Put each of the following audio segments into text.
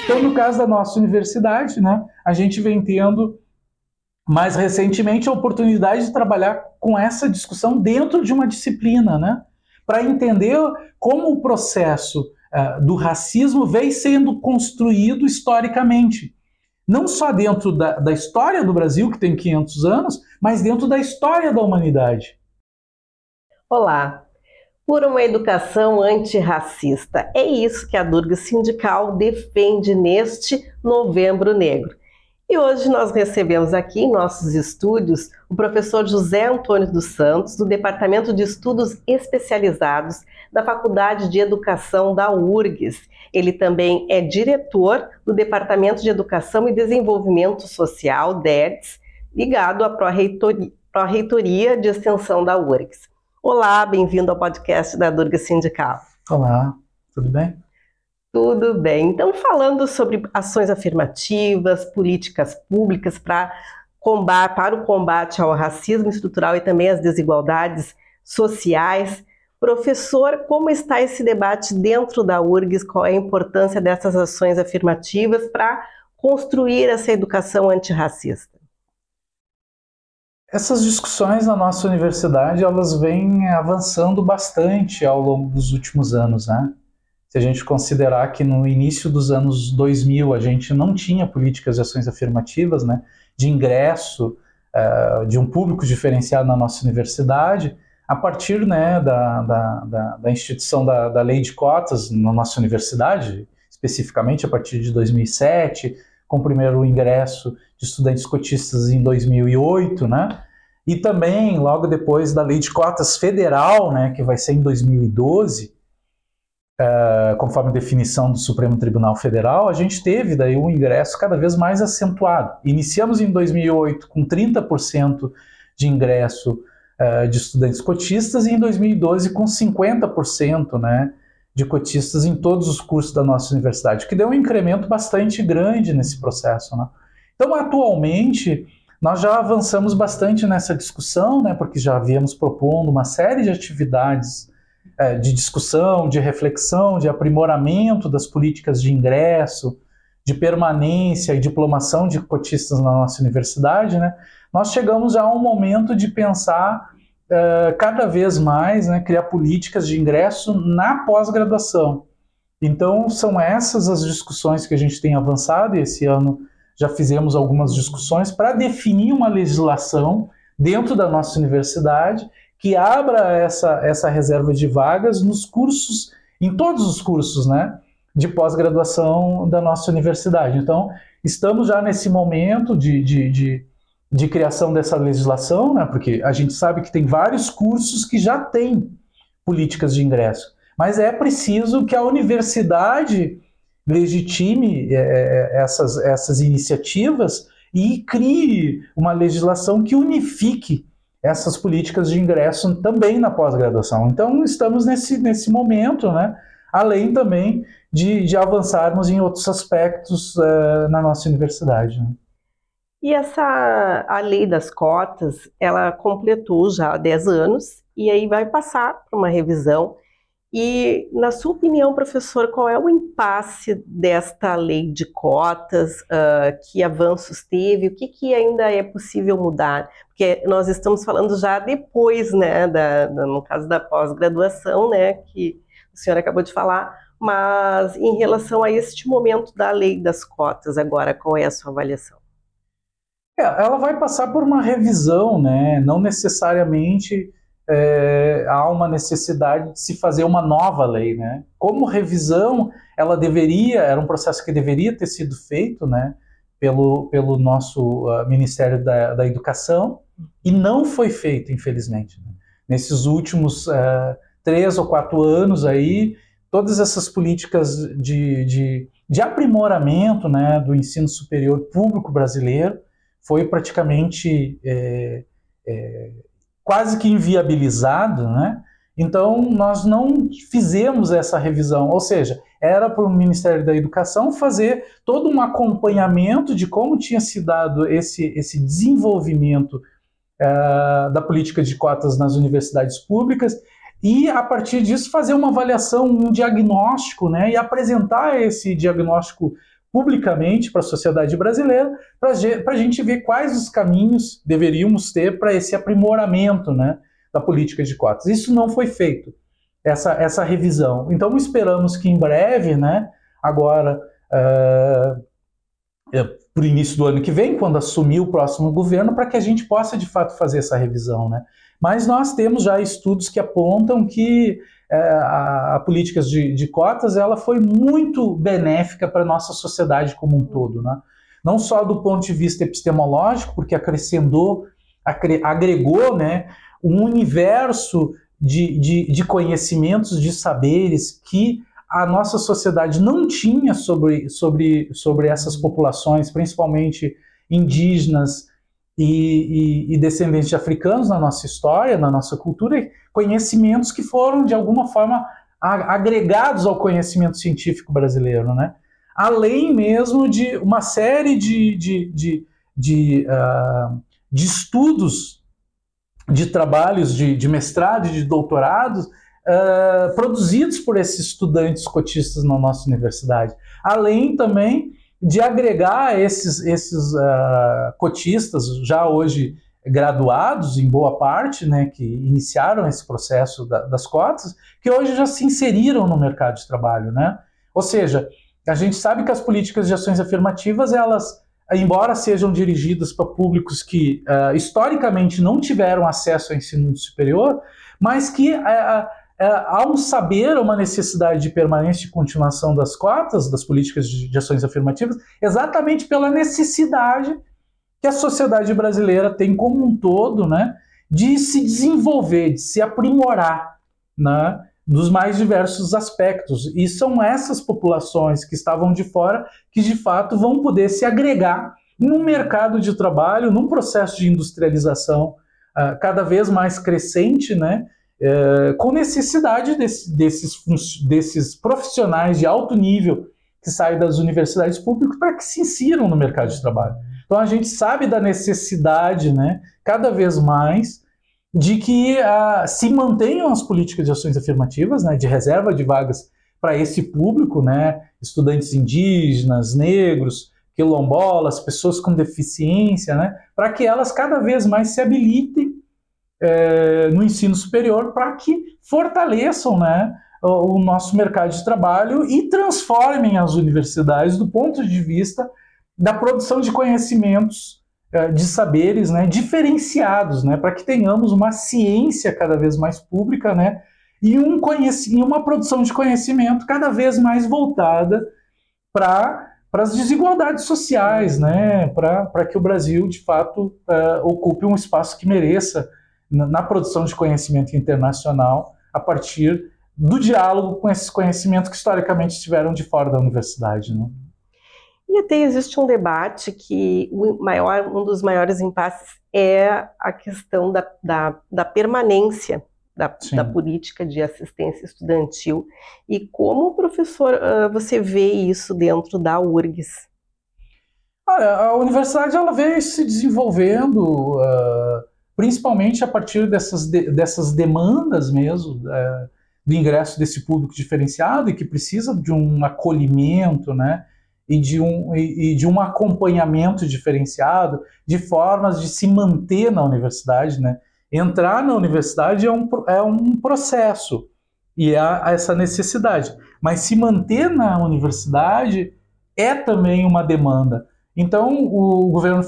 Então, no caso da nossa universidade, né, a gente vem tendo, mais recentemente, a oportunidade de trabalhar com essa discussão dentro de uma disciplina, né, para entender como o processo do racismo vem sendo construído historicamente. Não só dentro da história do Brasil, que tem 500 anos, mas dentro da história da humanidade. Olá! Por uma educação antirracista. É isso que a Durga Sindical defende neste Novembro Negro. E hoje nós recebemos aqui em nossos estúdios o professor José Antônio dos Santos, do Departamento de Estudos Especializados da Faculdade de Educação da URGS. Ele também é diretor do Departamento de Educação e Desenvolvimento Social, DEDS, ligado à Pró-Reitoria de Extensão da URGS. Olá, bem-vindo ao podcast da Durga Sindical. Olá, tudo bem? Tudo bem. Então, falando sobre ações afirmativas, políticas públicas para o combate ao racismo estrutural e também às desigualdades sociais. Professor, como está esse debate dentro da URGS? Qual é a importância dessas ações afirmativas para construir essa educação antirracista? Essas discussões na nossa universidade, elas vêm avançando bastante ao longo dos últimos anos, né? Se a gente considerar que no início dos anos 2000 a gente não tinha políticas de ações afirmativas, né, de ingresso de um público diferenciado na nossa universidade, a partir, né, da instituição da lei de cotas na nossa universidade, especificamente a partir de 2007, com o primeiro ingresso de estudantes cotistas em 2008, né, e também logo depois da lei de cotas federal, né, que vai ser em 2012, conforme a definição do Supremo Tribunal Federal, a gente teve daí um ingresso cada vez mais acentuado. Iniciamos em 2008 com 30% de ingresso de estudantes cotistas e em 2012 com 50%, né, de cotistas em todos os cursos da nossa universidade, o que deu um incremento bastante grande nesse processo, né? Então, atualmente, nós já avançamos bastante nessa discussão, né, porque já havíamos propondo uma série de atividades de discussão, de reflexão, de aprimoramento das políticas de ingresso, de permanência e diplomação de cotistas na nossa universidade, né? Nós chegamos já a um momento de pensar cada vez mais, né, criar políticas de ingresso na pós-graduação. Então, são essas as discussões que a gente tem avançado, e esse ano já fizemos algumas discussões para definir uma legislação dentro da nossa universidade que abra essa reserva de vagas nos cursos, em todos os cursos, né, de pós-graduação da nossa universidade. Então, estamos já nesse momento de criação dessa legislação, né, porque a gente sabe que tem vários cursos que já têm políticas de ingresso, mas é preciso que a universidade legitime essas iniciativas e crie uma legislação que unifique essas políticas de ingresso também na pós-graduação. Então, estamos nesse momento, né, além também de avançarmos em outros aspectos na nossa universidade, né? E a lei das cotas, ela completou já 10 anos e aí vai passar por uma revisão. E, na sua opinião, professor, qual é o impasse desta lei de cotas? Que avanços teve? O que ainda é possível mudar? Porque nós estamos falando já depois, né, no caso da pós-graduação, né, que o senhor acabou de falar, mas em relação a este momento da lei das cotas agora, qual é a sua avaliação? Ela vai passar por uma revisão, né? Não necessariamente há uma necessidade de se fazer uma nova lei, né? Como revisão, era um processo que deveria ter sido feito, né, pelo nosso Ministério da Educação, e não foi feito, infelizmente, né? Nesses últimos 3 ou 4 anos aí, todas essas políticas de aprimoramento, né, do ensino superior público brasileiro foi praticamente quase que inviabilizado, né? Então, nós não fizemos essa revisão, ou seja, era para o Ministério da Educação fazer todo um acompanhamento de como tinha se dado esse desenvolvimento da política de cotas nas universidades públicas e, a partir disso, fazer uma avaliação, um diagnóstico, né, e apresentar esse diagnóstico publicamente para a sociedade brasileira, para a gente ver quais os caminhos deveríamos ter para esse aprimoramento, né, da política de cotas. Isso não foi feito, essa revisão. Então esperamos que em breve, né, agora para o início do ano que vem, quando assumir o próximo governo, para que a gente possa de fato fazer essa revisão, né? Mas nós temos já estudos que apontam que a política de cotas ela foi muito benéfica para a nossa sociedade como um todo, né? Não só do ponto de vista epistemológico, porque agregou, né, um universo de conhecimentos, de saberes que a nossa sociedade não tinha sobre essas populações, principalmente indígenas e descendentes de africanos na nossa história, na nossa cultura, conhecimentos que foram, de alguma forma, agregados ao conhecimento científico brasileiro, né? Além mesmo de uma série de estudos, de trabalhos de mestrado e de doutorado, produzidos por esses estudantes cotistas na nossa universidade. Além também de agregar esses cotistas, já hoje graduados, em boa parte, né, que iniciaram esse processo das cotas, que hoje já se inseriram no mercado de trabalho, né? Ou seja, a gente sabe que as políticas de ações afirmativas, elas, embora sejam dirigidas para públicos que historicamente não tiveram acesso ao ensino superior, mas que há um saber, uma necessidade de permanência e continuação das cotas, das políticas de ações afirmativas, exatamente pela necessidade que a sociedade brasileira tem como um todo, né, de se desenvolver, de se aprimorar, né, nos mais diversos aspectos. E são essas populações que estavam de fora que, de fato, vão poder se agregar num mercado de trabalho, num processo de industrialização cada vez mais crescente, né, com necessidade desses profissionais de alto nível que saem das universidades públicas para que se insiram no mercado de trabalho. Então a gente sabe da necessidade, né, cada vez mais, de que se mantenham as políticas de ações afirmativas, né, de reserva de vagas para esse público, né, estudantes indígenas, negros, quilombolas, pessoas com deficiência, né, para que elas cada vez mais se habilitem no ensino superior para que fortaleçam, né, o nosso mercado de trabalho e transformem as universidades do ponto de vista da produção de conhecimentos, de saberes, né, diferenciados, né, para que tenhamos uma ciência cada vez mais pública, né, e uma produção de conhecimento cada vez mais voltada para as desigualdades sociais, né, para que o Brasil, de fato, ocupe um espaço que mereça na produção de conhecimento internacional a partir do diálogo com esses conhecimentos que historicamente estiveram de fora da universidade, né? E até existe um debate que um dos maiores impasses é a questão da permanência da política de assistência estudantil. E como, professor, você vê isso dentro da URGS? Olha, a universidade ela veio se desenvolvendo principalmente a partir dessas demandas mesmo, do ingresso desse público diferenciado e que precisa de um acolhimento, né, e de um acompanhamento diferenciado, de formas de se manter na universidade, né? Entrar na universidade é um processo e há essa necessidade, mas se manter na universidade é também uma demanda. Então, o governo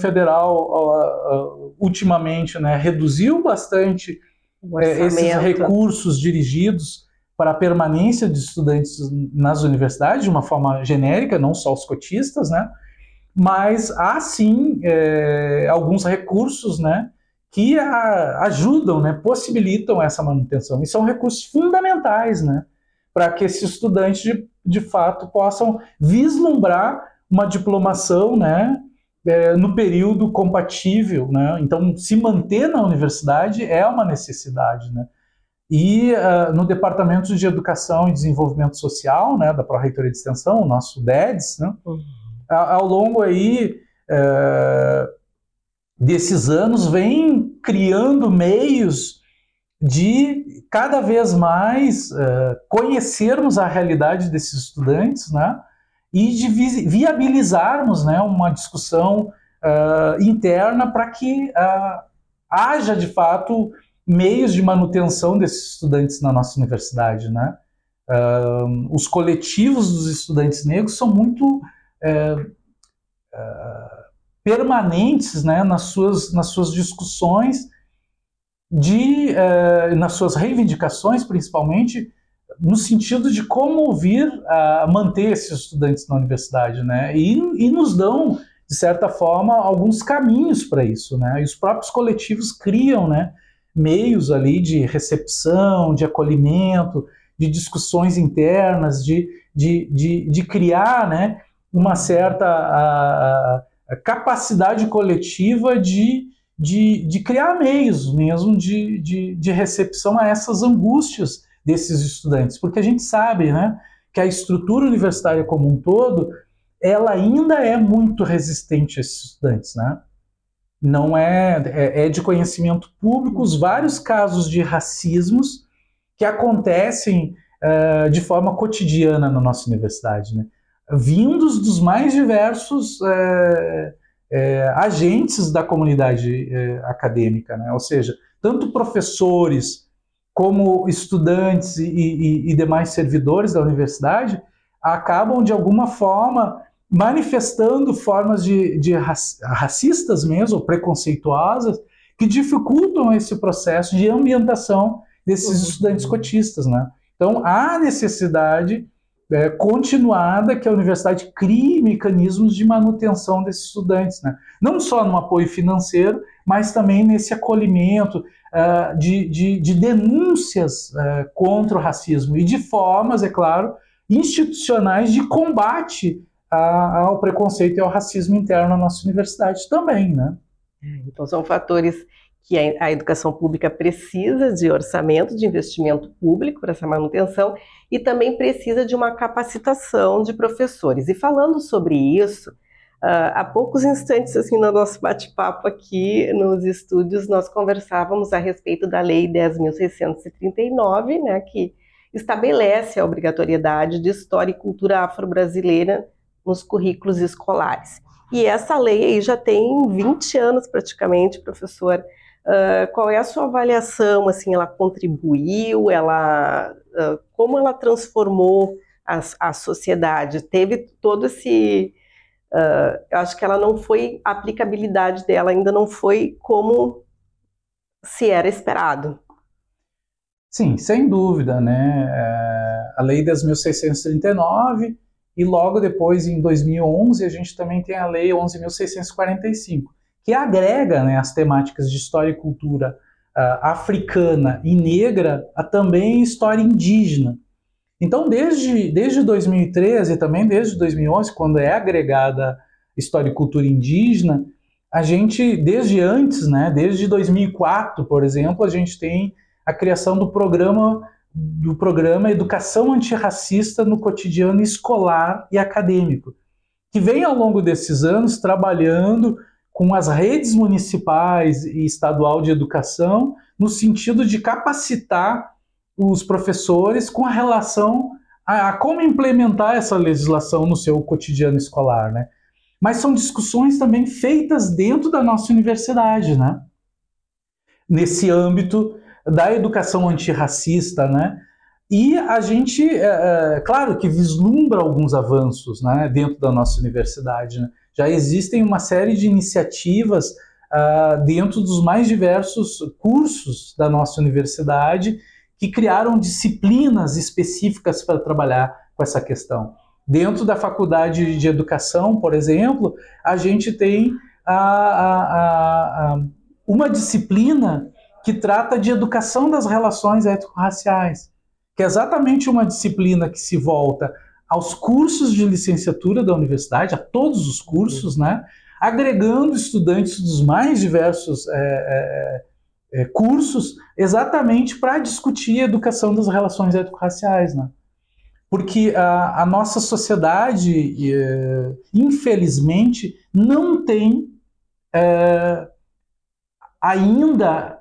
federal, ultimamente, né, reduziu bastante esses recursos dirigidos para a permanência de estudantes nas universidades, de uma forma genérica, não só os cotistas, né? Mas há, sim, alguns recursos, né, que ajudam, né, possibilitam essa manutenção. E são recursos fundamentais, né, para que esses estudantes, de fato, possam vislumbrar uma diplomação, né, no período compatível, né? Então, se manter na universidade é uma necessidade, né? E no Departamento de Educação e Desenvolvimento Social, né, da Pró-Reitoria de Extensão, o nosso DEDS, né, ao longo aí desses anos, vem criando meios de cada vez mais conhecermos a realidade desses estudantes, né, e de viabilizarmos, né, uma discussão interna para que haja, de fato, meios de manutenção desses estudantes na nossa universidade, né? Os coletivos dos estudantes negros são muito permanentes, né, nas suas discussões, nas suas reivindicações, principalmente, no sentido de como vir a manter esses estudantes na universidade, né? E nos dão, de certa forma, alguns caminhos para isso, né? E os próprios coletivos criam, né, meios ali de recepção, de acolhimento, de discussões internas, de criar, né, uma certa capacidade coletiva de criar meios mesmo de recepção a essas angústias desses estudantes, porque a gente sabe, né, que a estrutura universitária como um todo, ela ainda é muito resistente a esses estudantes, né? Não é de conhecimento público os vários casos de racismos que acontecem de forma cotidiana na nossa universidade, né? Vindos dos mais diversos agentes da comunidade acadêmica, né? Ou seja, tanto professores como estudantes e demais servidores da universidade acabam, de alguma forma, manifestando formas de racistas mesmo, ou preconceituosas, que dificultam esse processo de ambientação desses estudantes cotistas, né? Então, há necessidade continuada que a universidade crie mecanismos de manutenção desses estudantes, né? Não só no apoio financeiro, mas também nesse acolhimento, de denúncias contra o racismo e de formas, é claro, institucionais de combate ao preconceito e ao racismo interno na nossa universidade também, né? Então são fatores que a educação pública precisa de orçamento, de investimento público para essa manutenção e também precisa de uma capacitação de professores. E falando sobre isso, há poucos instantes, assim, no nosso bate-papo aqui nos estúdios, nós conversávamos a respeito da Lei 10.639, né, que estabelece a obrigatoriedade de história e cultura afro-brasileira nos currículos escolares. E essa lei aí já tem 20 anos praticamente, professor. Qual é a sua avaliação? Assim, ela contribuiu? Como ela transformou a sociedade? Teve todo esse... eu acho que ela não foi, a aplicabilidade dela ainda não foi como se era esperado. Sim, sem dúvida, né? A Lei 10.639 e logo depois, em 2011, a gente também tem a Lei 11.645, que agrega, né, as temáticas de história e cultura africana e negra a também história indígena. Então, desde 2013 e também desde 2011, quando é agregada história e cultura indígena, a gente, desde antes, né, desde 2004, por exemplo, a gente tem a criação do programa Educação Antirracista no Cotidiano Escolar e Acadêmico, que vem ao longo desses anos trabalhando com as redes municipais e estadual de educação no sentido de capacitar os professores com a relação a como implementar essa legislação no seu cotidiano escolar, né? Mas são discussões também feitas dentro da nossa universidade, né? Nesse âmbito da educação antirracista, né? E a gente, claro que vislumbra alguns avanços, né, dentro da nossa universidade, né? Já existem uma série de iniciativas dentro dos mais diversos cursos da nossa universidade que criaram disciplinas específicas para trabalhar com essa questão. Dentro da Faculdade de Educação, por exemplo, a gente tem uma disciplina que trata de educação das relações étnico-raciais, que é exatamente uma disciplina que se volta aos cursos de licenciatura da universidade, a todos os cursos, né, agregando estudantes dos mais diversos cursos, exatamente para discutir a educação das relações étnico-raciais, né? Porque a nossa sociedade, infelizmente, não tem ainda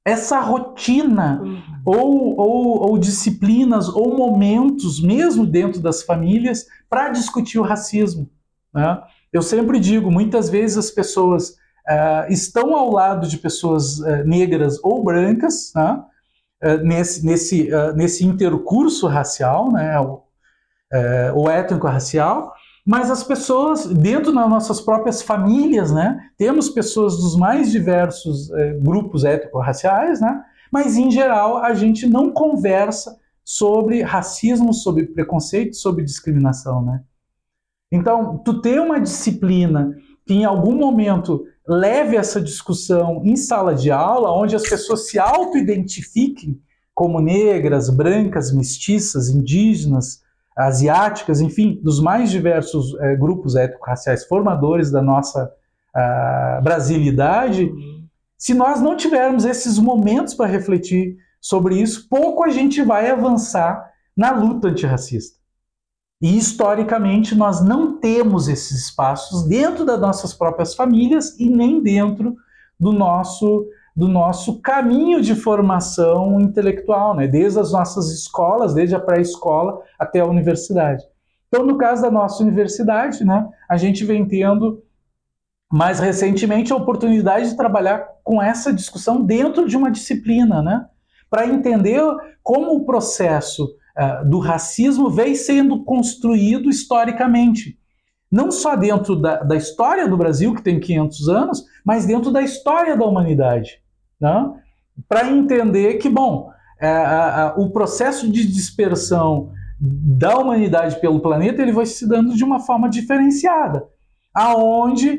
essa rotina ou disciplinas ou momentos, mesmo dentro das famílias, para discutir o racismo, né? Eu sempre digo, muitas vezes as pessoas estão ao lado de pessoas negras ou brancas, né? Nesse intercurso racial, né? O étnico-racial, mas as pessoas, dentro das nossas próprias famílias, né, temos pessoas dos mais diversos grupos étnico-raciais, né, mas, em geral, a gente não conversa sobre racismo, sobre preconceito, sobre discriminação, né? Então, tu ter uma disciplina que, em algum momento, leve essa discussão em sala de aula, onde as pessoas se auto-identifiquem como negras, brancas, mestiças, indígenas, asiáticas, enfim, dos mais diversos grupos étnico-raciais formadores da nossa brasilidade, se nós não tivermos esses momentos para refletir sobre isso, pouco a gente vai avançar na luta antirracista. E, historicamente, nós não temos esses espaços dentro das nossas próprias famílias e nem dentro do nosso caminho de formação intelectual, né? Desde as nossas escolas, desde a pré-escola até a universidade. Então, no caso da nossa universidade, né, a gente vem tendo, mais recentemente, a oportunidade de trabalhar com essa discussão dentro de uma disciplina, né, para entender como o processo do racismo vem sendo construído historicamente. Não só dentro da história do Brasil, que tem 500 anos, mas dentro da história da humanidade, né? Para entender que, bom, o processo de dispersão da humanidade pelo planeta ele vai se dando de uma forma diferenciada, aonde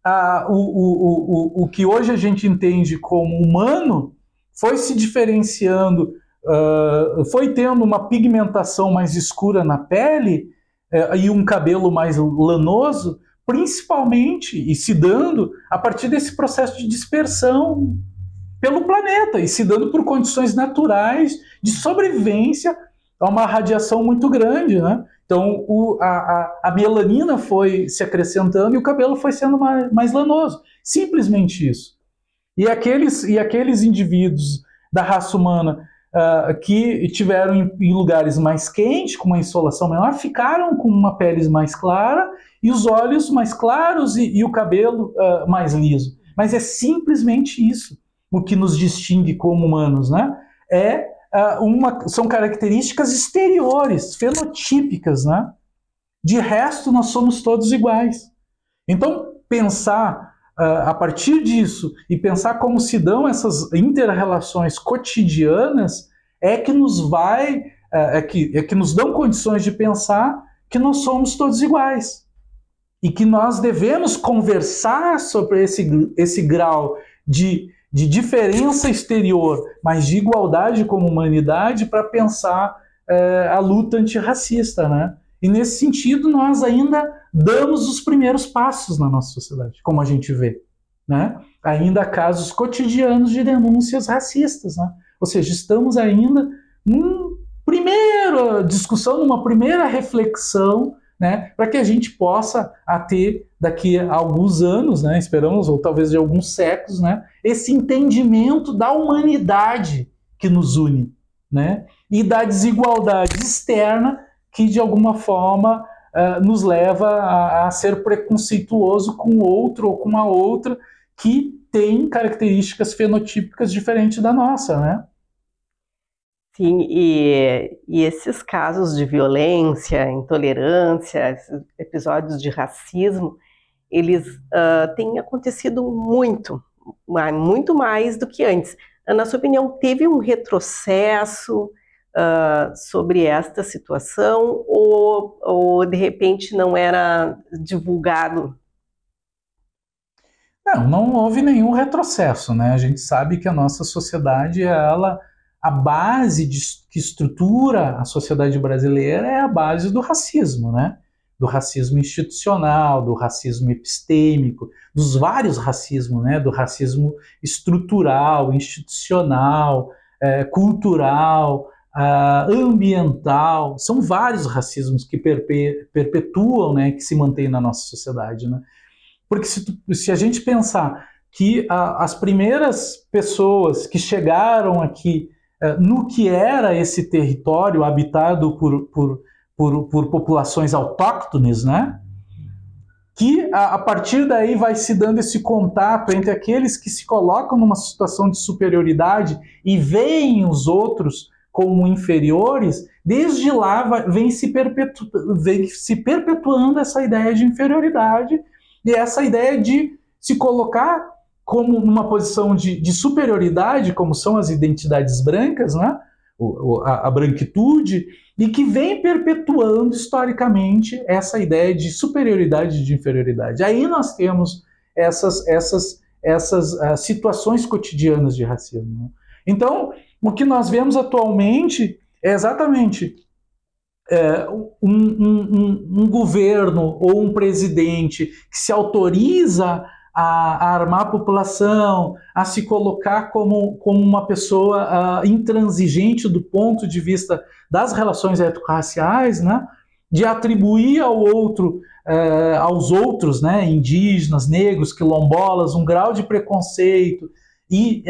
o que hoje a gente entende como humano foi se diferenciando, foi tendo uma pigmentação mais escura na pele e um cabelo mais lanoso, principalmente, e se dando a partir desse processo de dispersão pelo planeta, e se dando por condições naturais de sobrevivência a uma radiação muito grande, né? Então, a melanina foi se acrescentando e o cabelo foi sendo mais lanoso. Simplesmente isso. E aqueles indivíduos da raça humana que tiveram em lugares mais quentes, com uma insolação menor, ficaram com uma pele mais clara e os olhos mais claros e o cabelo mais liso. Mas é simplesmente isso o que nos distingue como humanos, né? São características exteriores, fenotípicas, né? De resto, nós somos todos iguais. Então, pensar a partir disso e pensar como se dão essas inter-relações cotidianas é que nos dão condições de pensar que nós somos todos iguais e que nós devemos conversar sobre esse grau de diferença exterior, mas de igualdade como humanidade para pensar a luta antirracista, né? E nesse sentido nós ainda damos os primeiros passos na nossa sociedade, como a gente vê, né? Ainda há casos cotidianos de denúncias racistas, né? Ou seja, estamos ainda numa primeira discussão, numa primeira reflexão, né, para que a gente possa ter daqui a alguns anos, né, esperamos, ou talvez de alguns séculos, né, esse entendimento da humanidade que nos une, né, e da desigualdade externa que de alguma forma nos leva a ser preconceituoso com o outro ou com a outra que tem características fenotípicas diferentes da nossa, né? Sim, e esses casos de violência, intolerância, esses episódios de racismo, eles têm acontecido muito mais do que antes. Na sua opinião, teve um retrocesso sobre esta situação ou de repente não era divulgado? Não houve nenhum retrocesso, né? A gente sabe que a nossa sociedade, a base que estrutura a sociedade brasileira é a base do racismo, né? Do racismo institucional, do racismo epistêmico, dos vários racismos, né? Do racismo estrutural, institucional, cultural, ambiental. São vários racismos que perpetuam, né? Que se mantêm na nossa sociedade, né? Porque se a gente pensar que as primeiras pessoas que chegaram aqui no que era esse território habitado por populações autóctones, né? Que a partir daí vai se dando esse contato entre aqueles que se colocam numa situação de superioridade e veem os outros como inferiores, desde lá vem se perpetuando essa ideia de inferioridade e essa ideia de se colocar como numa posição de superioridade, como são as identidades brancas, né? A branquitude, e que vem perpetuando historicamente essa ideia de superioridade e de inferioridade. Aí nós temos essas situações cotidianas de racismo. Então, o que nós vemos atualmente é exatamente um governo ou um presidente que se autoriza a armar a população, a se colocar como uma pessoa intransigente do ponto de vista das relações étnico-raciais, né? De atribuir aos outros, né, indígenas, negros, quilombolas, um grau de preconceito e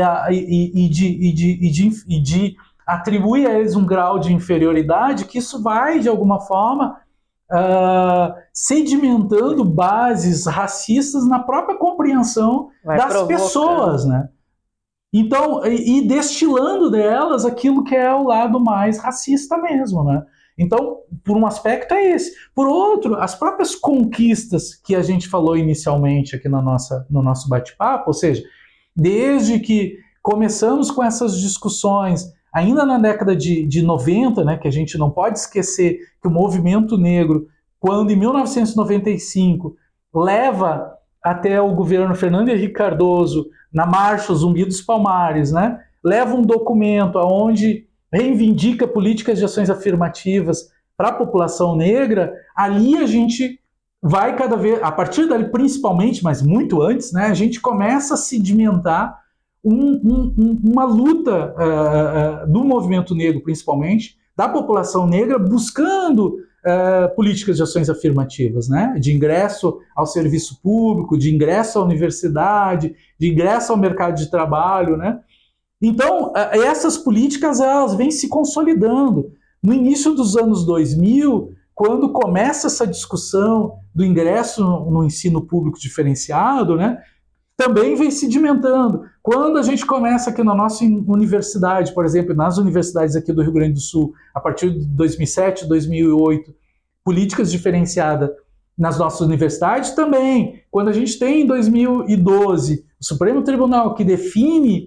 de atribuir a eles um grau de inferioridade, que isso vai, de alguma forma, sedimentando bases racistas na própria compreensão das pessoas, né? Então, e destilando delas aquilo que é o lado mais racista mesmo, né? Então, por um aspecto é esse. Por outro, as próprias conquistas que a gente falou inicialmente aqui no nosso bate-papo, ou seja, desde que começamos com essas discussões, ainda na década de 90, né, que a gente não pode esquecer que o movimento negro, quando em 1995 leva até o governo Fernando Henrique Cardoso, na Marcha Zumbi dos Palmares, né, leva um documento onde reivindica políticas de ações afirmativas para a população negra, ali a gente vai cada vez, a partir dali principalmente, mas muito antes, né, a gente começa a sedimentar uma luta do movimento negro, principalmente, da população negra, buscando políticas de ações afirmativas, né? De ingresso ao serviço público, de ingresso à universidade, de ingresso ao mercado de trabalho, né? Então, essas políticas elas vêm se consolidando. No início dos anos 2000, quando começa essa discussão do ingresso no ensino público diferenciado, né? Também vem sedimentando. Quando a gente começa aqui na nossa universidade, por exemplo, nas universidades aqui do Rio Grande do Sul, a partir de 2007, 2008, políticas diferenciadas nas nossas universidades também. Quando a gente tem em 2012 o Supremo Tribunal que define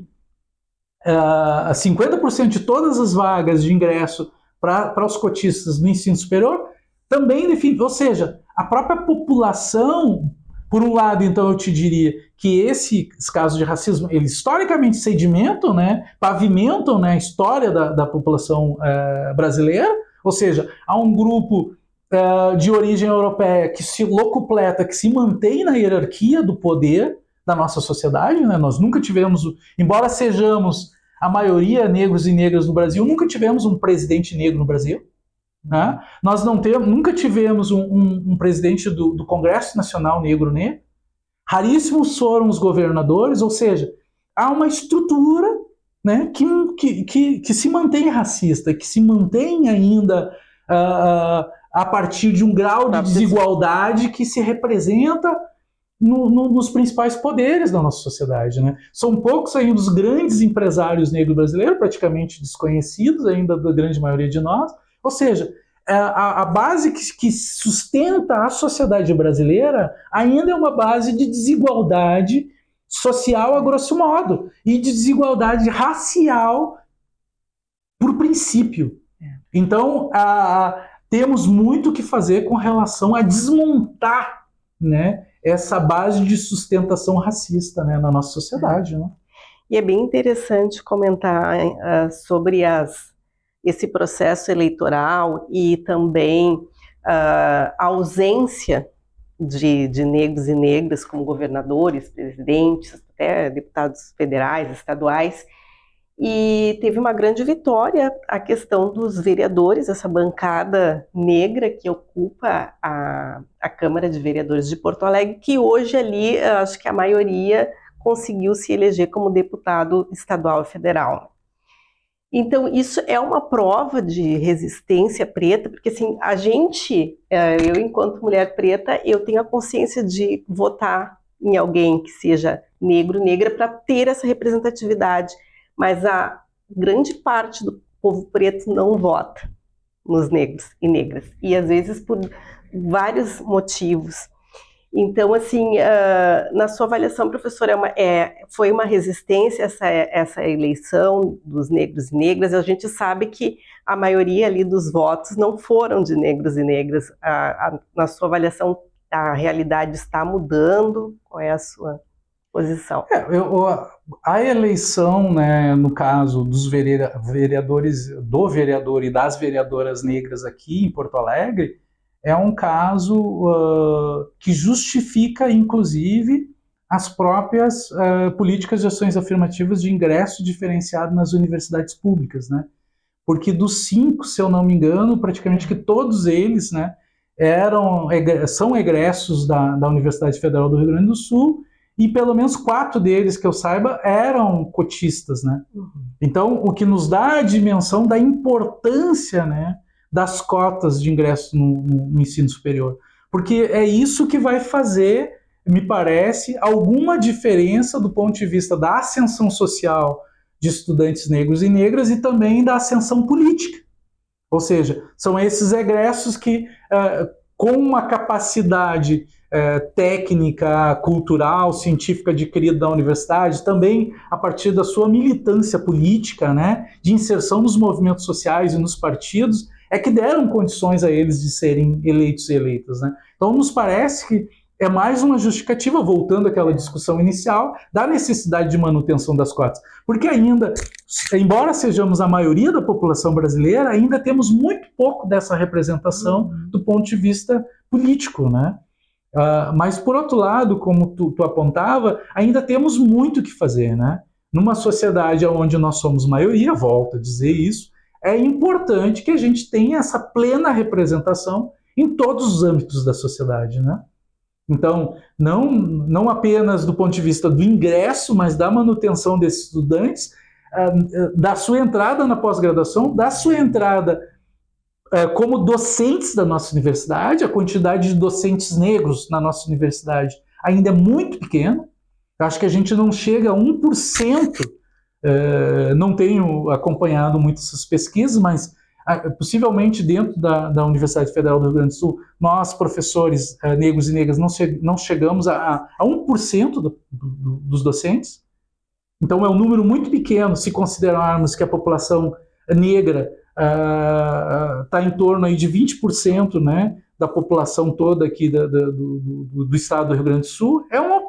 50% de todas as vagas de ingresso para os cotistas no ensino superior, também define, ou seja, a própria população. Por um lado, então, eu te diria que esses casos de racismo, eles historicamente sedimentam, né, pavimentam, né, a história da população brasileira, ou seja, há um grupo de origem europeia que se locupleta, que se mantém na hierarquia do poder da nossa sociedade, né? Nós nunca tivemos, embora sejamos a maioria negros e negras no Brasil, nunca tivemos um presidente negro no Brasil. Né? Nós nunca tivemos um presidente do Congresso Nacional negro, né? Raríssimos foram os governadores, ou seja, há uma estrutura, né, que se mantém racista, que se mantém ainda a partir de um grau de desigualdade que se representa nos principais poderes da nossa sociedade. Né? São poucos ainda os grandes empresários negros brasileiros, praticamente desconhecidos ainda da grande maioria de nós. Ou seja, a base que sustenta a sociedade brasileira ainda é uma base de desigualdade social, a grosso modo, e de desigualdade racial por princípio. Então, temos muito que fazer com relação a desmontar, né, essa base de sustentação racista, né, na nossa sociedade. Né? E é bem interessante comentar sobre esse processo eleitoral e também a ausência de negros e negras como governadores, presidentes, até deputados federais, estaduais. E teve uma grande vitória a questão dos vereadores, essa bancada negra que ocupa a Câmara de Vereadores de Porto Alegre, que hoje ali, acho que a maioria conseguiu se eleger como deputado estadual e federal. Então, isso é uma prova de resistência preta, porque assim, eu enquanto mulher preta, eu tenho a consciência de votar em alguém que seja negro, negra, para ter essa representatividade, mas a grande parte do povo preto não vota nos negros e negras, e às vezes por vários motivos. Então, assim, na sua avaliação, professora, foi uma resistência essa eleição dos negros e negras? A gente sabe que a maioria ali dos votos não foram de negros e negras. Na sua avaliação, a realidade está mudando? Qual é a sua posição? A eleição, né, no caso dos vereadores, do vereador e das vereadoras negras aqui em Porto Alegre, é um caso que justifica, inclusive, as próprias políticas de ações afirmativas de ingresso diferenciado nas universidades públicas, né? Porque dos 5, se eu não me engano, praticamente que todos eles, né, são egressos da Universidade Federal do Rio Grande do Sul, e pelo menos 4 deles, que eu saiba, eram cotistas, né? Então, o que nos dá a dimensão da importância, né, das cotas de ingresso no ensino superior. Porque é isso que vai fazer, me parece, alguma diferença do ponto de vista da ascensão social de estudantes negros e negras e também da ascensão política. Ou seja, são esses egressos que, com uma capacidade técnica, cultural, científica adquirida da universidade, também a partir da sua militância política, né, de inserção nos movimentos sociais e nos partidos, é que deram condições a eles de serem eleitos e eleitas, né? Então, nos parece que é mais uma justificativa, voltando àquela discussão inicial, da necessidade de manutenção das cotas. Porque ainda, embora sejamos a maioria da população brasileira, ainda temos muito pouco dessa representação do ponto de vista político, né? Mas, por outro lado, como tu apontava, ainda temos muito o que fazer, né? Numa sociedade onde nós somos maioria, volto a dizer isso, é importante que a gente tenha essa plena representação em todos os âmbitos da sociedade, né? Então, não apenas do ponto de vista do ingresso, mas da manutenção desses estudantes, da sua entrada na pós-graduação, da sua entrada como docentes da nossa universidade. A quantidade de docentes negros na nossa universidade ainda é muito pequena. Eu acho que a gente não chega a 1%. Não tenho acompanhado muito essas pesquisas, mas possivelmente dentro da Universidade Federal do Rio Grande do Sul, nós, professores negros e negras, não chegamos a 1% dos docentes. Então é um número muito pequeno se considerarmos que a população negra está em torno aí de 20%, né, da população toda aqui do estado do Rio Grande do Sul.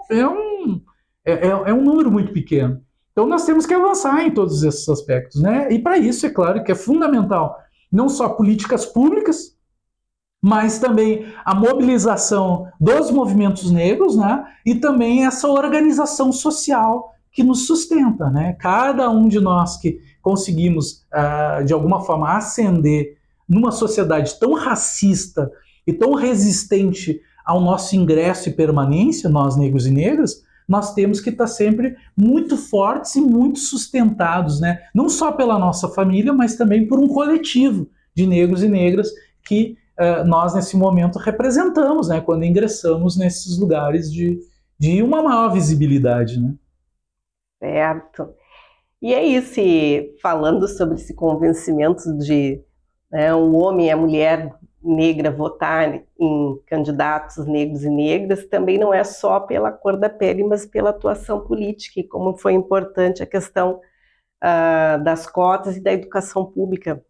É um número muito pequeno. Então nós temos que avançar em todos esses aspectos, né? E para isso, é claro que é fundamental não só políticas públicas, mas também a mobilização dos movimentos negros, né? E também essa organização social que nos sustenta, né? Cada um de nós que conseguimos, de alguma forma, ascender numa sociedade tão racista e tão resistente ao nosso ingresso e permanência, nós negros e negras, nós temos que estar sempre muito fortes e muito sustentados, né? Não só pela nossa família, mas também por um coletivo de negros e negras que nós, nesse momento, representamos, né? Quando ingressamos nesses lugares de uma maior visibilidade, né? Certo. E é isso, e falando sobre esse convencimento de um homem e a mulher negra votar em candidatos negros e negras, também não é só pela cor da pele, mas pela atuação política, e como foi importante a questão das cotas e da educação pública.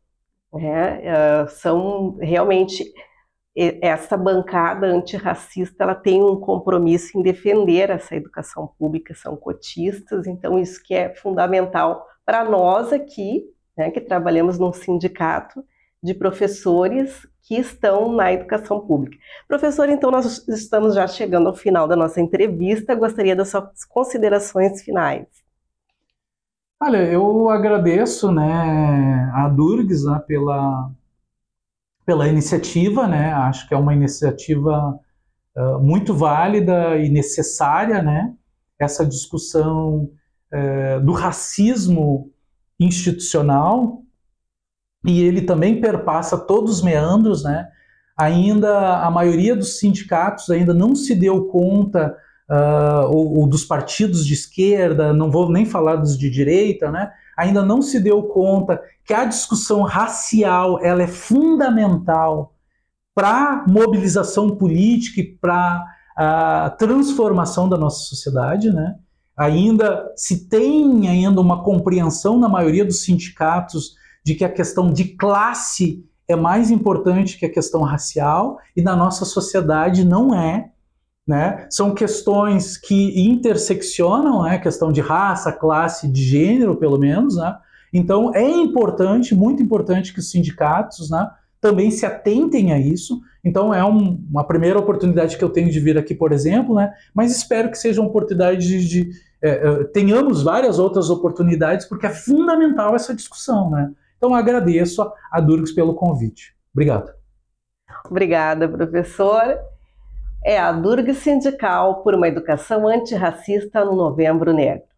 São realmente, essa bancada antirracista, ela tem um compromisso em defender essa educação pública, são cotistas, então isso que é fundamental para nós aqui, né, que trabalhamos num sindicato de professores que estão na educação pública. Professor, então nós estamos já chegando ao final da nossa entrevista, gostaria das suas considerações finais. Olha, eu agradeço, né, a Durgs, né, pela iniciativa, né? Acho que é uma iniciativa muito válida e necessária, né? essa discussão do racismo institucional, e ele também perpassa todos os meandros, né? Ainda a maioria dos sindicatos ainda não se deu conta, ou dos partidos de esquerda, não vou nem falar dos de direita, né? Ainda não se deu conta que a discussão racial ela é fundamental para a mobilização política e para a transformação da nossa sociedade, né? Ainda se tem ainda uma compreensão na maioria dos sindicatos de que a questão de classe é mais importante que a questão racial, e na nossa sociedade não é, né? São questões que interseccionam, né? Questão de raça, classe, de gênero, pelo menos, né? Então é importante, muito importante que os sindicatos, né, também se atentem a isso. Então é uma primeira oportunidade que eu tenho de vir aqui, por exemplo, né? Mas espero que seja uma oportunidade tenhamos várias outras oportunidades, porque é fundamental essa discussão, né? Então agradeço a Durgs pelo convite. Obrigado. Obrigada, professor. É a Durga Sindical por uma Educação Antirracista no Novembro Negro.